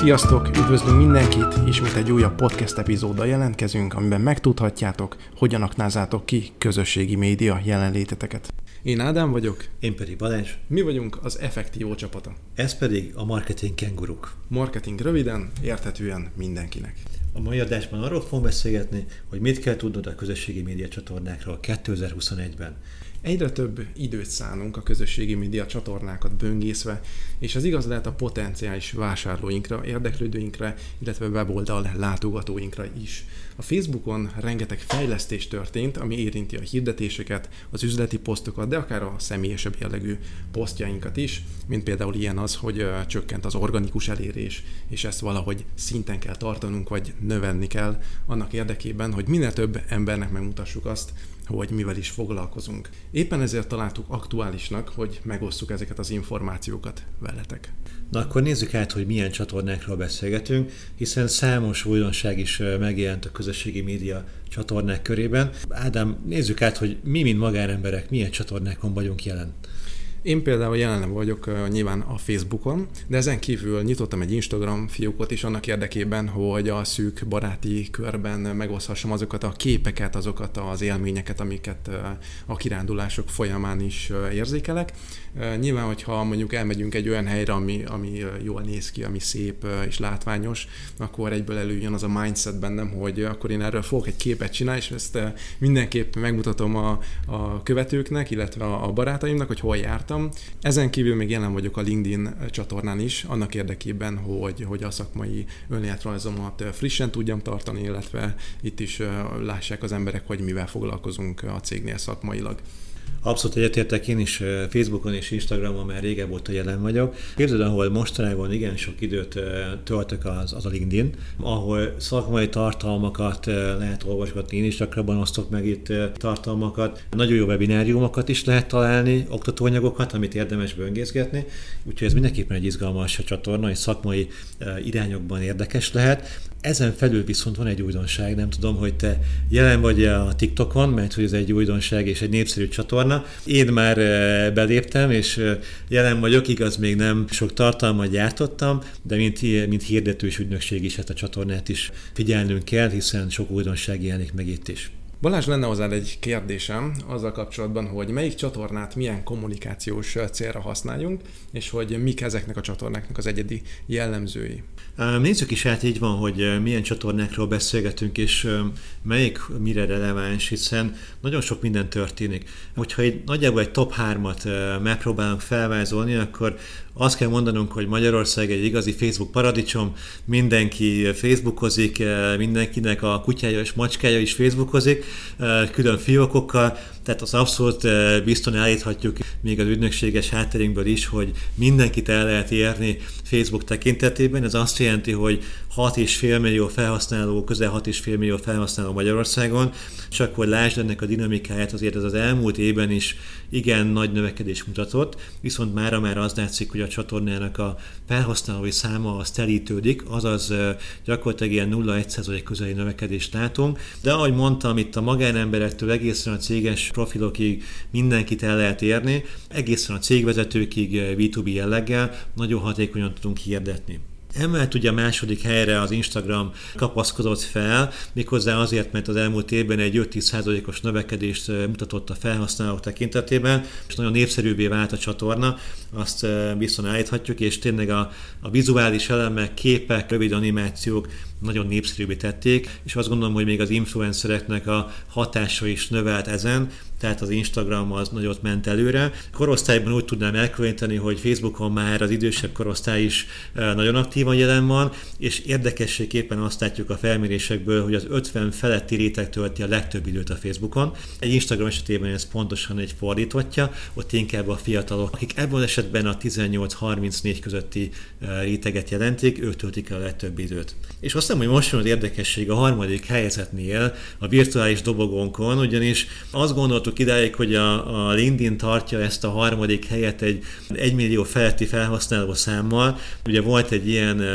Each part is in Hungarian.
Sziasztok! Üdvözlünk mindenkit! Ismét egy újabb podcast epizóddal jelentkezünk, amiben megtudhatjátok, hogyan aknázzátok ki közösségi média jelenléteteket. Én Ádám vagyok. Én pedig Balázs. Mi vagyunk az Effektivo csapata. Ez pedig a Marketing Kenguruk. Marketing röviden, érthetően mindenkinek. A mai adásban arról fogunk beszélgetni, hogy mit kell tudnod a közösségi média csatornákról 2021-ben. Egyre több időt szánunk a közösségi média csatornákat böngészve, és az igaz lehet a potenciális vásárlóinkra, érdeklődőinkre, illetve weboldal látogatóinkra is. A Facebookon rengeteg fejlesztés történt, ami érinti a hirdetéseket, az üzleti posztokat, de akár a személyesebb jellegű posztjainkat is, mint például ilyen az, hogy csökkent az organikus elérés, és ezt valahogy szinten kell tartanunk, vagy növelni kell annak érdekében, hogy minél több embernek megmutassuk azt, hogy mivel is foglalkozunk. Éppen ezért találtuk aktuálisnak, hogy megosszuk ezeket az információkat veletek. Na akkor nézzük át, hogy milyen csatornákról beszélgetünk, hiszen számos újdonság is megjelent a közösségi média csatornák körében. Ádám, nézzük át, hogy mi, mint magánemberek, milyen csatornákon vagyunk jelen. Én például jelen vagyok nyilván a Facebookon, de ezen kívül nyitottam egy Instagram fiókot is annak érdekében, hogy a szűk baráti körben megoszthassam azokat a képeket, azokat az élményeket, amiket a kirándulások folyamán is érzékelek. Nyilván, hogyha mondjuk elmegyünk egy olyan helyre, ami jól néz ki, ami szép és látványos, akkor egyből előjön az a mindset bennem, hogy akkor én erről fogok egy képet csinálni, és ezt mindenképp megmutatom a követőknek, illetve a barátaimnak, hogy hol jártam. Ezen kívül még jelen vagyok a LinkedIn csatornán is, annak érdekében, hogy a szakmai önéletrajzomat frissen tudjam tartani, illetve itt is lássák az emberek, hogy mivel foglalkozunk a cégnél szakmailag. Abszolút egyetértek, én is Facebookon és Instagramon már régebb óta jelen vagyok. Képzeld, ahol mostanában igen sok időt töltök az a LinkedIn, ahol szakmai tartalmakat lehet olvasgatni, én is gyakrabban osztok meg itt tartalmakat. Nagyon jó webináriumokat is lehet találni, oktatóanyagokat, amit érdemes böngészgetni, úgyhogy ez mindenképpen egy izgalmas csatorna, és szakmai irányokban érdekes lehet. Ezen felül viszont van egy újdonság, nem tudom, hogy te jelen vagy a TikTokon, mert hogy ez egy újdonság és egy népszerű csatorna. Én már beléptem, és jelen vagyok, igaz, még nem sok tartalmat gyártottam, de mint hirdetős ügynökség is, hát a csatornát is figyelnünk kell, hiszen sok újdonság jelenik meg itt is. Balázs, lenne hozzád egy kérdésem azzal kapcsolatban, hogy melyik csatornát milyen kommunikációs célra használjunk, és hogy mik ezeknek a csatornáknak az egyedi jellemzői. Nézzük is át, így van, hogy milyen csatornákról beszélgetünk, és melyik mire releváns, hiszen nagyon sok minden történik. Hogyha nagyjából egy top 3-at megpróbálunk felvázolni, akkor azt kell mondanunk, hogy Magyarország egy igazi Facebook paradicsom, mindenki Facebookozik, mindenkinek a kutyája és macskája is Facebookozik, külön fiókokkal, tehát az abszolút biztosan állíthatjuk még az ügynökséges hátterünkből is, hogy mindenkit el lehet érni Facebook tekintetében. Ez azt jelenti, hogy 6,5 millió felhasználó, közel 6,5 millió felhasználó Magyarországon, és akkor lásd ennek a dinamikáját, azért ez az elmúlt évben is igen nagy növekedés mutatott, viszont már az látszik, hogy a csatornának a felhasználói száma az telítődik, azaz gyakorlatilag ilyen 0,1% közeli növekedést látunk, de ahogy mondtam, itt a magánemberektől egészen a céges profilokig mindenkit el lehet érni, egészen a cégvezetőkig B2B jelleggel nagyon hatékonyan tudunk hirdetni. Emellett ugye a második helyre az Instagram kapaszkodott fel, méghozzá azért, mert az elmúlt évben egy 5-10%-os növekedést mutatott a felhasználók tekintetében, és nagyon népszerűbbé vált a csatorna, azt biztosan állíthatjuk, és tényleg a vizuális elemek, képek, rövid animációk nagyon népszerűbbé tették, és azt gondolom, hogy még az influencereknek a hatása is növelt ezen, tehát az Instagram az nagyot ment előre. Korosztályban úgy tudnám elkülöníteni, hogy Facebookon már az idősebb korosztály is nagyon aktívan jelen van, és érdekességképpen azt látjuk a felmérésekből, hogy az 50 feletti réteg tölti a legtöbb időt a Facebookon. Egy Instagram esetében ez pontosan egy fordítottja, ott inkább a fiatalok, akik ebben esetben a 18-34 közötti réteget jelentik, ők töltik el a legtöbb időt. És azt hiszem, hogy most van az érdekesség a harmadik helyezetnél, a virtuális dobogónkon, ugyanis azt gondoltuk idáig, hogy a LinkedIn tartja ezt a harmadik helyet egy 1 millió feletti felhasználó számmal. Ugye volt egy ilyen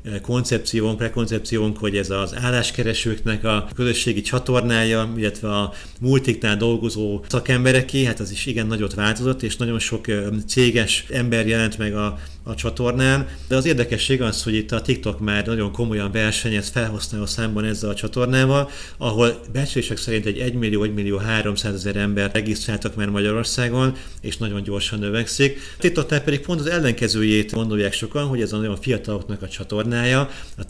koncepciónk, prekoncepciónk, hogy ez az álláskeresőknek a közösségi csatornája, illetve a multiknál dolgozó szakembereké, hát az is igen nagyot változott, és nagyon sok céges ember jelent meg a csatornán, de az érdekesség az, hogy itt a TikTok már nagyon komolyan versenyez felhasználó számban ezzel a csatornával, ahol becslések szerint egy 1 millió 300 000 ember regisztráltak már Magyarországon, és nagyon gyorsan növekszik. TikToknál pedig pont az ellenkezőjét gondolják sokan, hogy ez a nagyon fiataloknak a csatornája, a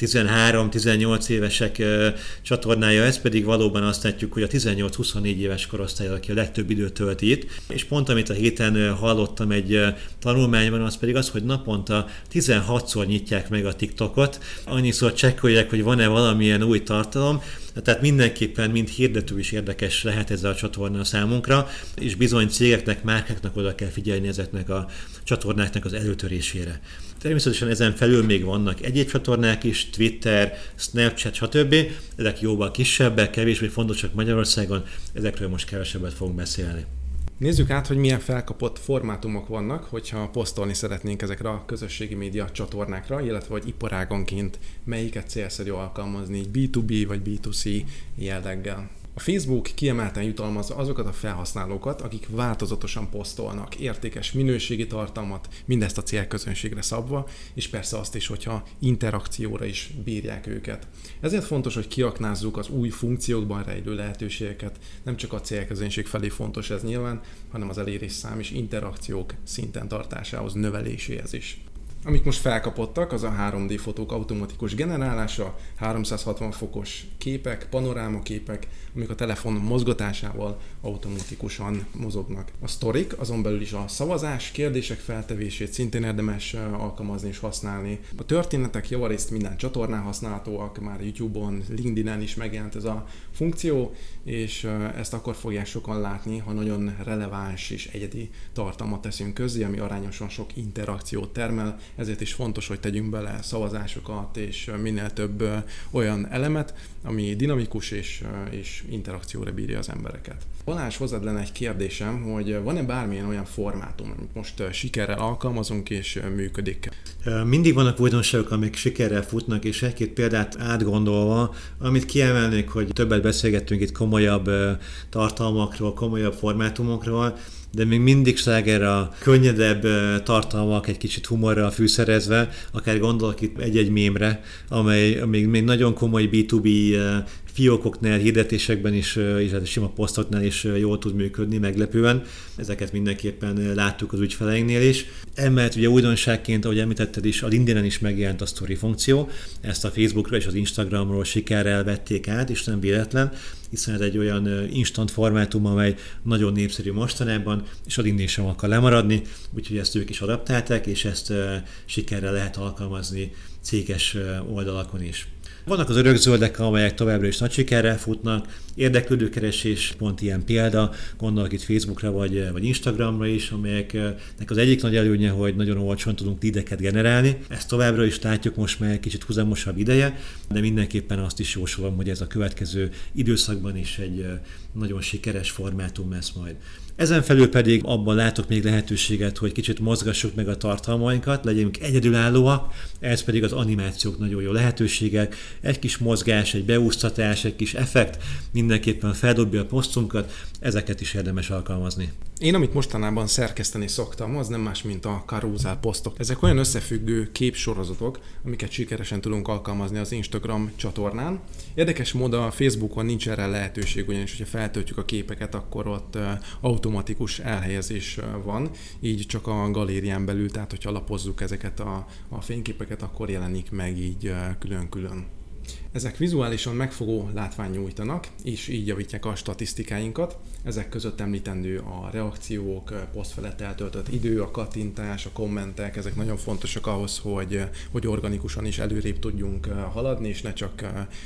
13-18 évesek csatornája, ez pedig valóban azt látjuk, hogy a 18-24 éves korosztály, aki a legtöbb időt tölti itt, és pont amit a héten hallottam egy tanulmányban, az pedig az, hogy naponta 16-szor nyitják meg a TikTokot, annyiszor csekkolják, hogy van-e valamilyen új tartalom, tehát mindenképpen mind hirdető is érdekes lehet ez a csatorna számunkra, és bizony cégeknek, márkáknak oda kell figyelni ezeknek a csatornáknak az előtörésére. Természetesen ezen felül még vannak egyéb csatornák is, Twitter, Snapchat, stb. Ezek jóval kisebbek, kevésbé fontosak Magyarországon, ezekről most kevesebbet fogunk beszélni. Nézzük át, hogy milyen felkapott formátumok vannak, hogyha posztolni szeretnénk ezekre a közösségi média csatornákra, illetve hogy iparágonként melyiket célszerű alkalmazni, B2B vagy B2C jelleggel. A Facebook kiemelten jutalmazza azokat a felhasználókat, akik változatosan posztolnak, értékes minőségi tartalmat, mindezt a célközönségre szabva, és persze azt is, hogyha interakcióra is bírják őket. Ezért fontos, hogy kiaknázzuk az új funkciókban rejlő lehetőségeket, nem csak a célközönség felé fontos ez nyilván, hanem az elérésszám és interakciók szinten tartásához, növeléséhez is. Amik most felkapottak, az a 3D fotók automatikus generálása, 360 fokos képek, panorámaképek, amik a telefon mozgatásával automatikusan mozognak. A sztorik, azon belül is a szavazás, kérdések feltevését szintén érdemes alkalmazni és használni. A történetek javarészt minden csatornán használhatóak, már YouTube-on, LinkedIn-en is megjelent ez a funkció, és ezt akkor fogják sokan látni, ha nagyon releváns és egyedi tartalmat teszünk közzé, ami arányosan sok interakciót termel, ezért is fontos, hogy tegyünk bele szavazásokat és minél több olyan elemet, ami dinamikus és interakcióra bírja az embereket. Balázs, hozzád lenne egy kérdésem, hogy van-e bármilyen olyan formátum, amit most sikerrel alkalmazunk és működik? Mindig vannak újdonságok, amik sikerrel futnak, és egy-két példát átgondolva, amit kiemelnék, hogy többet beszélgettünk itt komolyabb tartalmakról, komolyabb formátumokról, de még mindig sláger a könnyedebb tartalmak egy kicsit humorral fűszerezve, akár gondolok itt egy-egy mémre, amely még nagyon komoly B2B fiókoknál, hirdetésekben is, illetve sima posztoknál is jól tud működni, meglepően. Ezeket mindenképpen láttuk az ügyfeleinknél is. Emellett ugye újdonságként, ahogy említetted is, a LinkedIn-en is megjelent a story funkció. Ezt a Facebookról és az Instagramról sikerrel vették át, és nem véletlen, hiszen ez egy olyan instant formátum, amely nagyon népszerű mostanában, és a LinkedIn sem akar lemaradni, úgyhogy ezt ők is adaptálták, és ezt sikerrel lehet alkalmazni céges oldalakon is. Vannak az örökzöldek, amelyek továbbra is nagy sikerrel futnak, érdeklődőkeresés pont ilyen példa, gondolok itt Facebookra vagy Instagramra is, amelyeknek az egyik nagy előnye, hogy nagyon olcsón tudunk leadeket generálni. Ezt továbbra is látjuk most már egy kicsit húzamosabb ideje, de mindenképpen azt is jósolom, hogy ez a következő időszakban is egy nagyon sikeres formátum lesz majd. Ezen felül pedig abban látok még lehetőséget, hogy kicsit mozgassuk meg a tartalmainkat, legyünk egyedülállóak, ez pedig az animációk nagyon jó lehetőségek, egy kis mozgás, egy beúsztatás, egy kis effekt mindenképpen feldobja a posztunkat, ezeket is érdemes alkalmazni. Én, amit mostanában szerkeszteni szoktam, az nem más, mint a karúzál posztok. Ezek olyan összefüggő képsorozatok, amiket sikeresen tudunk alkalmazni az Instagram csatornán. Érdekes módon a Facebookon nincs erre lehetőség, ugyanis hogyha feltöltjük a képeket, akkor ott automatikus elhelyezés van, így csak a galérián belül, tehát hogyha lapozzuk ezeket a fényképeket, akkor jelenik meg így külön-külön. Ezek vizuálisan megfogó látványt nyújtanak, és így javítják a statisztikáinkat. Ezek között említendő a reakciók, poszt felett eltöltött idő, a kattintás, a kommentek, ezek nagyon fontosak ahhoz, hogy organikusan is előrébb tudjunk haladni, és ne csak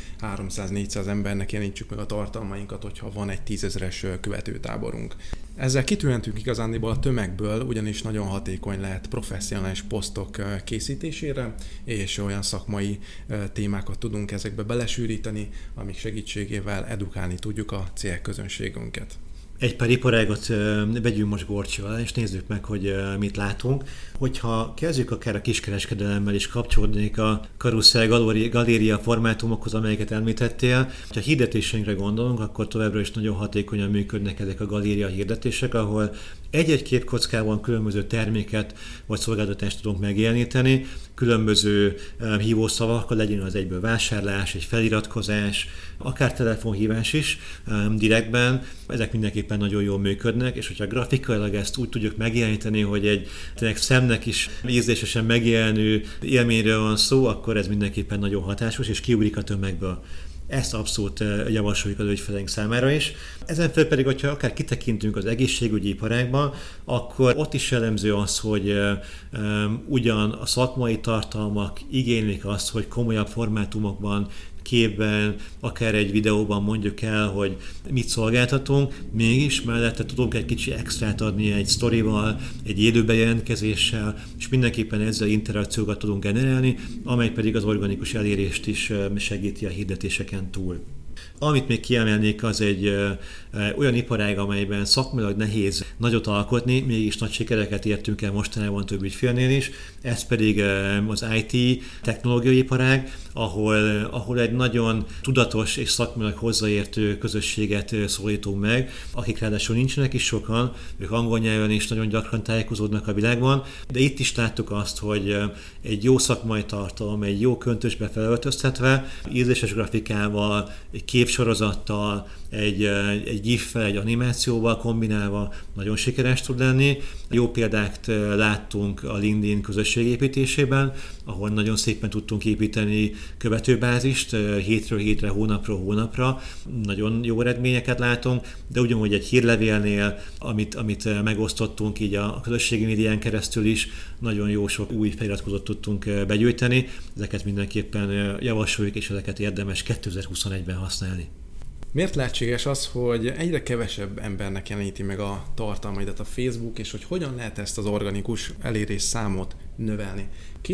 300-400 embernek jelenítsük meg a tartalmainkat, hogyha van egy 10 000-es követőtáborunk. Ezzel kitűntünk igazándiból a tömegből, ugyanis nagyon hatékony lehet professzionális posztok készítésére, és olyan szakmai témákat tudunk ezekbe belesűríteni, amik segítségével edukálni tudjuk a célközönségünket. Egy pár iparágat vegyünk most górcső alá, és nézzük meg, hogy mit látunk. Hogyha kezdjük akár a kiskereskedelemmel is kapcsolódnék a karusszel galéria formátumokhoz, amelyeket említettél. Ha hirdetéseinkre gondolunk, akkor továbbra is nagyon hatékonyan működnek ezek a galéria hirdetések, ahol egy-egy képkockában különböző terméket vagy szolgáltatást tudunk megjeleníteni, különböző hívószavakkal, legyen az egyből vásárlás, egy feliratkozás, akár telefonhívás is direktben, ezek mindenképpen nagyon jól működnek, és hogyha grafikailag ezt úgy tudjuk megjeleníteni, hogy egy tényleg szemnek is ízlésesen megjelenő élményről van szó, akkor ez mindenképpen nagyon hatásos, és kiugrik a tömegből. Ezt abszolút javasoljuk az ügyfeleink számára is. Ezen felül pedig, hogyha akár kitekintünk az egészségügyi iparágban, akkor ott is jellemző az, hogy ugyan a szakmai tartalmak igénylik azt, hogy komolyabb formátumokban, képben, akár egy videóban mondjuk el, hogy mit szolgáltatunk, mégis mellette tudunk egy kicsi extrát adni egy sztorival, egy élő bejelentkezéssel, és mindenképpen ezzel interakciókat tudunk generálni, amely pedig az organikus elérést is segíti a hirdetéseken túl. Amit még kiemelnék, az egy olyan iparág, amelyben szakmailag nehéz nagyot alkotni, mégis nagy sikereket értünk el mostanában több ügyfélnél is, ez pedig az IT technológiai iparág, ahol egy nagyon tudatos és szakmailag hozzáértő közösséget szólítunk meg, akik ráadásul nincsenek is sokan, ők angol nyelven is nagyon gyakran tájékozódnak a világban, de itt is láttuk azt, hogy egy jó szakmai tartalom, egy jó köntösbe felöltöztetve, ízléses grafikával, egy képsorozattal, egy GIF-fel, egy animációval kombinálva nagyon sikeres tud lenni. Jó példát láttunk a LinkedIn közösségépítésében, ahol nagyon szépen tudtunk építeni követőbázist hétről hétre, hónapról hónapra. Nagyon jó eredményeket látunk, de ugyanúgy egy hírlevélnél, amit megosztottunk így a közösségi médián keresztül is, nagyon jó sok új feliratkozót tudtunk begyűjteni. Ezeket mindenképpen javasoljuk, és ezeket érdemes 2021-ben használni. Miért lehetséges az, hogy egyre kevesebb embernek jeleníti meg a tartalmaidat a Facebook, és hogy hogyan lehet ezt az organikus elérés számot növelni?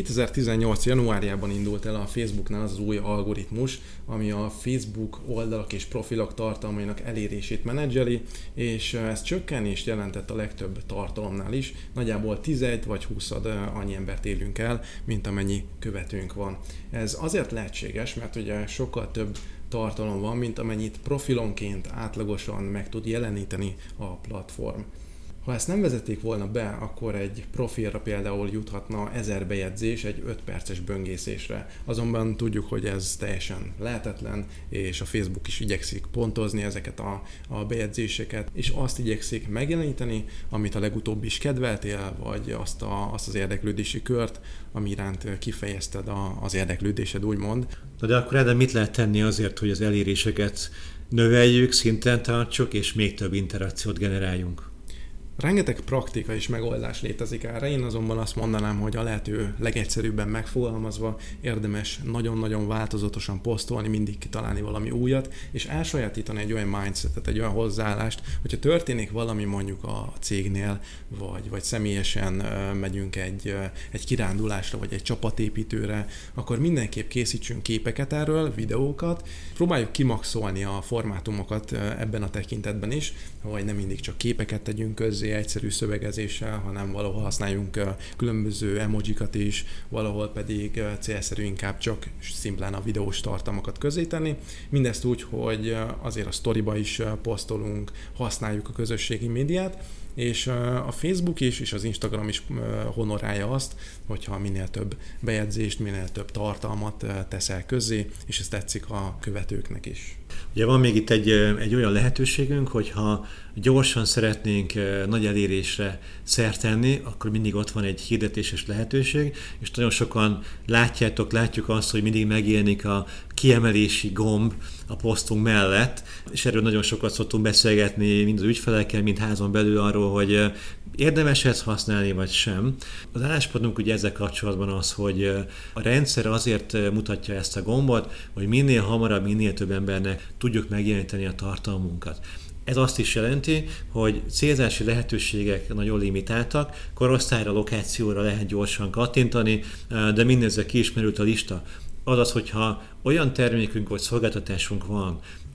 2018. januárjában indult el a Facebooknál az új algoritmus, ami a Facebook oldalak és profilok tartalmainak elérését menedzseli, és ez csökkenést jelentett a legtöbb tartalomnál is. Nagyjából 10 vagy 20 annyi embert érünk el, mint amennyi követőnk van. Ez azért lehetséges, mert ugye sokkal több tartalom van, mint amennyit profilonként átlagosan meg tud jeleníteni a platform. Ha ezt nem vezették volna be, akkor egy profilra például juthatna 1000 bejegyzés egy 5 perces böngészésre. Azonban tudjuk, hogy ez teljesen lehetetlen, és a Facebook is igyekszik pontozni ezeket a bejegyzéseket, és azt igyekszik megjeleníteni, amit a legutóbb is kedveltél, vagy azt az érdeklődési kört, ami iránt kifejezted az érdeklődésed, úgymond. De akkor Ádám, mit lehet tenni azért, hogy az eléréseket növeljük, szinten tartsuk, és még több interakciót generáljunk? Rengeteg praktika és megoldás létezik erre, én azonban azt mondanám, hogy a lehető legegyszerűbben megfogalmazva érdemes nagyon-nagyon változatosan posztolni, mindig kitalálni valami újat, és elsajátítani egy olyan mindsetet, egy olyan hozzáállást, hogyha történik valami mondjuk a cégnél, vagy személyesen megyünk egy kirándulásra, vagy egy csapatépítőre, akkor mindenképp készítsünk képeket erről, videókat, próbáljuk kimaxolni a formátumokat ebben a tekintetben is, hogy nem mindig csak képeket tegyünk közzé egyszerű szövegezéssel, hanem valahol használjunk különböző emojikat is, valahol pedig célszerű inkább csak szimplán a videós tartalmakat közzétenni. Mindezt úgy, hogy azért a sztoriba is posztolunk, használjuk a közösségi médiát, és a Facebook is, és az Instagram is honorálja azt, hogyha minél több bejegyzést, minél több tartalmat teszel közzé, és ez tetszik a követőknek is. Ugye van még itt egy olyan lehetőségünk, hogyha gyorsan szeretnénk nagy elérésre szert tenni, akkor mindig ott van egy hirdetéses lehetőség, és nagyon sokan látjuk azt, hogy mindig megjelenik a kiemelési gomb a posztunk mellett, és erről nagyon sokat szoktunk beszélgetni mind az ügyfelekkel, mind házon belül arról, hogy érdemes ezt használni, vagy sem. Az álláspontunk ugye ezzel kapcsolatban az, hogy a rendszer azért mutatja ezt a gombot, hogy minél hamarabb, minél több embernek tudjuk megjeleníteni a tartalmunkat. Ez azt is jelenti, hogy célzási lehetőségek nagyon limitáltak, korosztályra, lokációra lehet gyorsan kattintani, de mindezzel kiismerült a lista. Azaz, hogyha olyan termékünk vagy szolgáltatásunk van,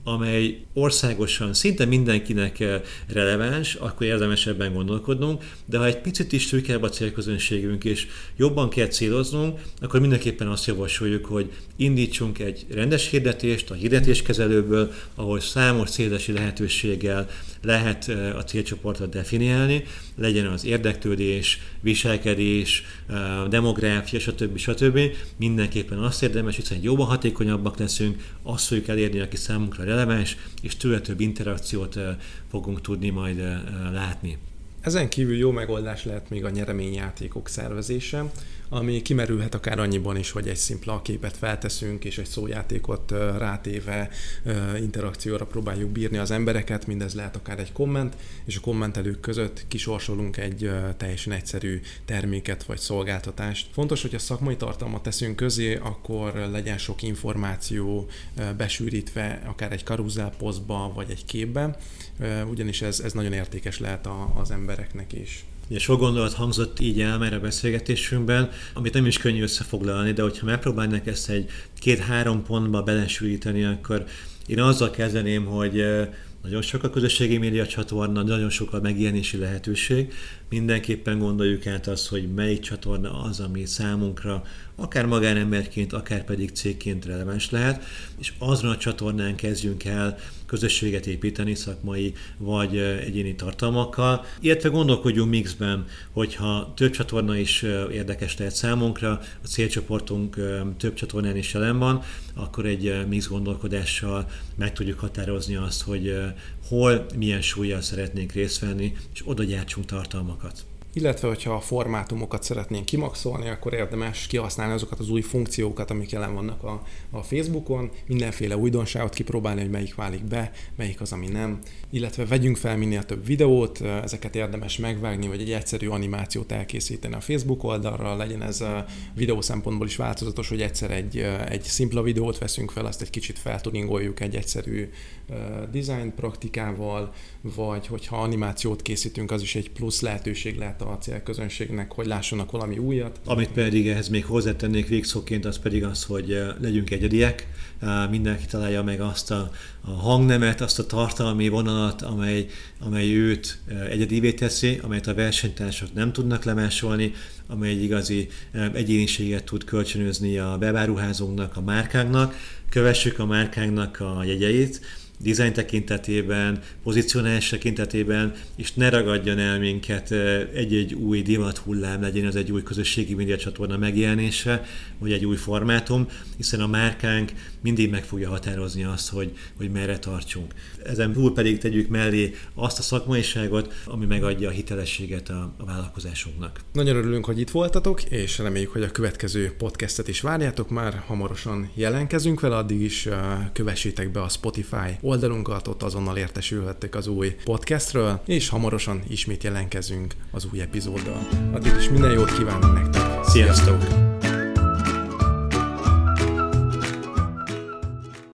amely országosan szinte mindenkinek releváns, akkor érdemes ebben gondolkodnunk, de ha egy picit is szűkebb a célközönségünk és jobban kell céloznunk, akkor mindenképpen azt javasoljuk, hogy indítsunk egy rendes hirdetést a hirdetéskezelőből, ahol számos célozási lehetőséggel lehet a célcsoportot definiálni, legyen az érdeklődés, viselkedés, demográfia, stb. Mindenképpen azt érdemes, hiszen jobban hatékonyabbak leszünk, azt fogjuk elérni, aki számunkra releváns, és tőle több interakciót fogunk tudni majd látni. Ezen kívül jó megoldás lehet még a nyereményjátékok szervezése, ami kimerülhet akár annyiban is, hogy egy szimpla képet felteszünk, és egy szójátékot rátéve interakcióra próbáljuk bírni az embereket, mindez lehet akár egy komment, és a kommentelők között kisorsolunk egy teljesen egyszerű terméket vagy szolgáltatást. Fontos, hogy a szakmai tartalmat teszünk közé, akkor legyen sok információ besűrítve, akár egy karuzell posztba, vagy egy képbe, ugyanis ez nagyon értékes lehet az embereknek is. Ugye sok gondolat hangzott így el már a beszélgetésünkben, amit nem is könnyű összefoglalni, de hogyha megpróbálnak ezt egy 2-3 pontba belesülíteni, akkor én azzal kezdeném, hogy nagyon sok a közösségi média csatorna, nagyon sok a megjelenési lehetőség. Mindenképpen gondoljuk át azt, hogy melyik csatorna az, ami számunkra akár magánemberként, akár pedig cégként releváns lehet, és azon a csatornán kezdjünk el közösséget építeni szakmai vagy egyéni tartalmakkal, illetve gondolkodjunk mixben, hogyha több csatorna is érdekes lehet számunkra, a célcsoportunk több csatornán is jelen van, akkor egy mix gondolkodással meg tudjuk határozni azt, hogy hol, milyen súllyal szeretnénk részt venni, és oda gyártsunk tartalmakat. Illetve, hogyha a formátumokat szeretnénk kimaxolni, akkor érdemes kihasználni azokat az új funkciókat, amik jelen vannak a Facebookon, mindenféle újdonságot kipróbálni, hogy melyik válik be, melyik az, ami nem. Illetve vegyünk fel minél több videót, ezeket érdemes megvágni, vagy egy egyszerű animációt elkészíteni a Facebook oldalra, legyen ez a videó szempontból is változatos, hogy egyszer egy szimpla videót veszünk fel, azt egy kicsit feltuningoljuk egy egyszerű design praktikával, vagy hogyha animációt készítünk, az is egy plusz lehetőség lehet a célközönségnek, hogy lássanak valami újat. Amit pedig ehhez még hozzátennék végszóként, az pedig az, hogy legyünk egyediek, mindenki találja meg azt a hangnemet, azt a tartalmi vonalat, amely őt egyedivé teszi, amelyet a versenytársak nem tudnak lemásolni, amely egy igazi egyéniséget tud kölcsönözni a webáruházónknak, a márkánknak. Kövessük a márkánknak a jegyeit, design tekintetében, pozicionálás tekintetében, és ne ragadjon el minket egy-egy új divat hullám, legyen az egy új közösségi média csatorna megjelenése, vagy egy új formátum, hiszen a márkánk mindig meg fogja határozni azt, hogy merre tartsunk. Ezen túl pedig tegyük mellé azt a szakmaiságot, ami megadja a hitelességet a vállalkozásunknak. Nagyon örülünk, hogy itt voltatok, és reméljük, hogy a következő podcastet is várjátok, már hamarosan jelentkezünk vele, addig is kövessétek be a Spotify oldalunkat, ott azonnal értesülhettek az új podcastről, és hamarosan ismét jelentkezünk az új epizóddal. Addig is minden jót kívánunk nektek! Sziasztok!